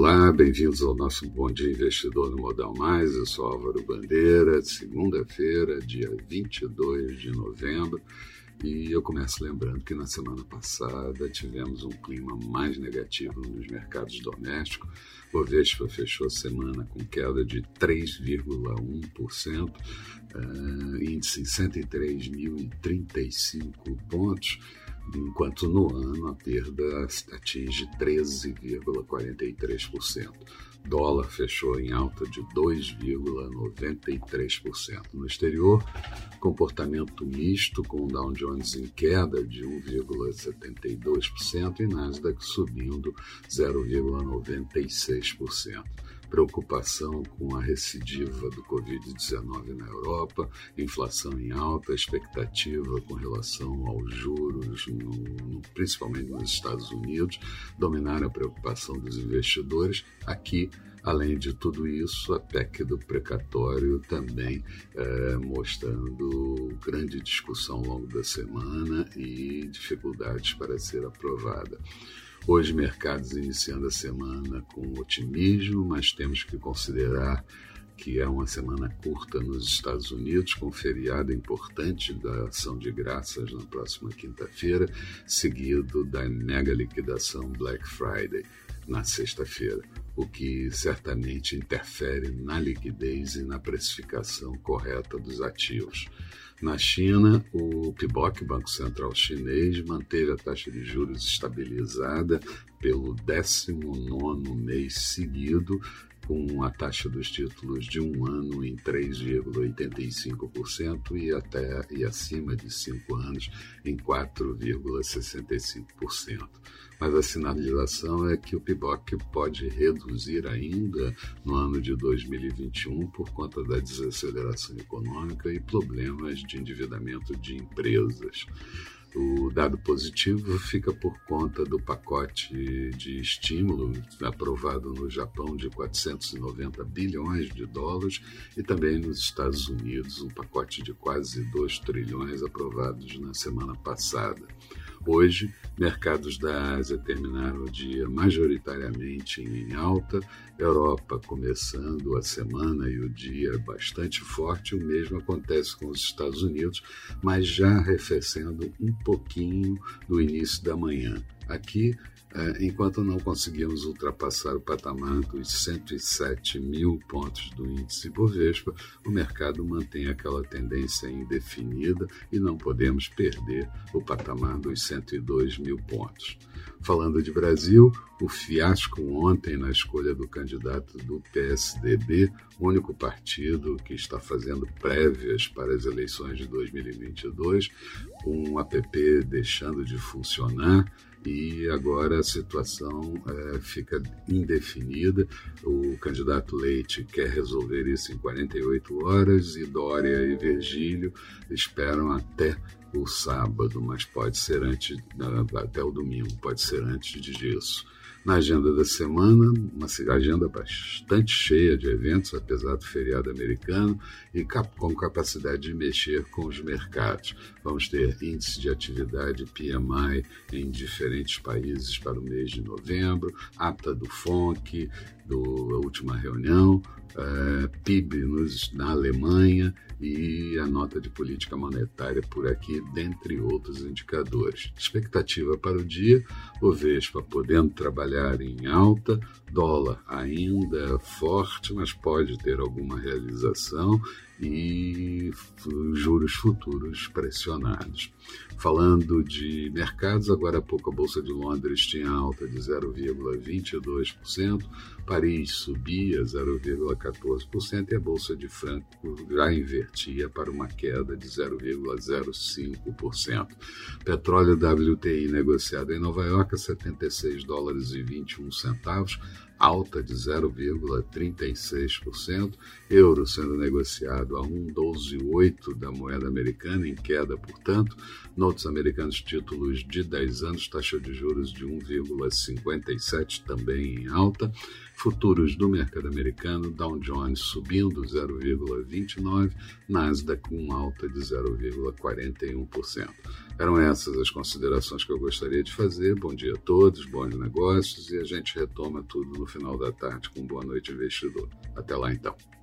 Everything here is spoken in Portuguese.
Olá, bem-vindos ao nosso Bom Dia Investidor no Modal Mais. Eu sou Álvaro Bandeira, segunda-feira, dia 22 de novembro. E eu começo lembrando que na semana passada tivemos um clima mais negativo nos mercados domésticos. O Bovespa fechou a semana com queda de 3,1%, índice em 103.035 pontos, enquanto no ano a perda atinge 13,43%. Dólar fechou em alta de 2,93%. No exterior, comportamento misto, com o Dow Jones em queda de 1,72% e Nasdaq subindo 0,96%. Preocupação com a recidiva do Covid-19 na Europa, inflação em alta, expectativa com relação aos juros, principalmente nos Estados Unidos, dominaram a preocupação dos investidores. Aqui, além de tudo isso, a PEC do precatório também mostrando grande discussão ao longo da semana e dificuldades para ser aprovada. Hoje, mercados iniciando a semana com otimismo, mas temos que considerar que é uma semana curta nos Estados Unidos, com feriado importante da ação de graças na próxima quinta-feira, seguido da mega liquidação Black Friday na sexta-feira, o que certamente interfere na liquidez e na precificação correta dos ativos. Na China, o PBOC, Banco Central Chinês, manteve a taxa de juros estabilizada pelo 19º mês seguido, com a taxa dos títulos de um ano em 3,85% e acima de 5 anos em 4,65%. Mas a sinalização é que o PBOC pode reduzir ainda no ano de 2021 por conta da desaceleração econômica e problemas de endividamento de empresas. O dado positivo fica por conta do pacote de estímulo aprovado no Japão de 490 bilhões de dólares e também nos Estados Unidos, um pacote de quase 2 trilhões aprovados na semana passada. Hoje, mercados da Ásia terminaram o dia majoritariamente em alta, Europa começando a semana e o dia bastante forte, o mesmo acontece com os Estados Unidos, mas já arrefecendo um pouquinho no início da manhã. Aqui, enquanto não conseguimos ultrapassar o patamar dos 107 mil pontos do índice Bovespa, o mercado mantém aquela tendência indefinida e não podemos perder o patamar dos 102 mil pontos. Falando de Brasil, o fiasco ontem na escolha do candidato do PSDB, único partido que está fazendo prévias para as eleições de 2022, com o APP deixando de funcionar, e agora a situação fica indefinida. O candidato Leite quer resolver isso em 48 horas e Dória e Virgílio esperam até o sábado, mas pode ser até o domingo, pode ser antes disso. Na agenda da semana, uma agenda bastante cheia de eventos, apesar do feriado americano, e com capacidade de mexer com os mercados. Vamos ter índice de atividade PMI em diferentes países para o mês de novembro, ata do FONC, da última reunião, PIB na Alemanha e a nota de política monetária por aqui, dentre outros indicadores. Expectativa para o dia, Bovespa podendo trabalhar em alta, dólar ainda forte, mas pode ter alguma realização e juros futuros pressionados. Falando de mercados, agora há pouco a Bolsa de Londres tinha alta de 0,22%, Paris subia 0,14% e a Bolsa de Frankfurt já invertia para uma queda de 0,05%. Petróleo WTI negociado em Nova York a $76,21, alta de 0,36%, euro sendo negociado a 1,128 da moeda americana, em queda, portanto, notos americanos títulos de 10 anos, taxa de juros de 1,57, também em alta, futuros do mercado americano, Dow Jones subindo 0,29%, Nasdaq com alta de 0,41%. Eram essas as considerações que eu gostaria de fazer. Bom dia a todos, bons negócios, e a gente retoma tudo no final da tarde com Boa Noite Investidor. Até lá então.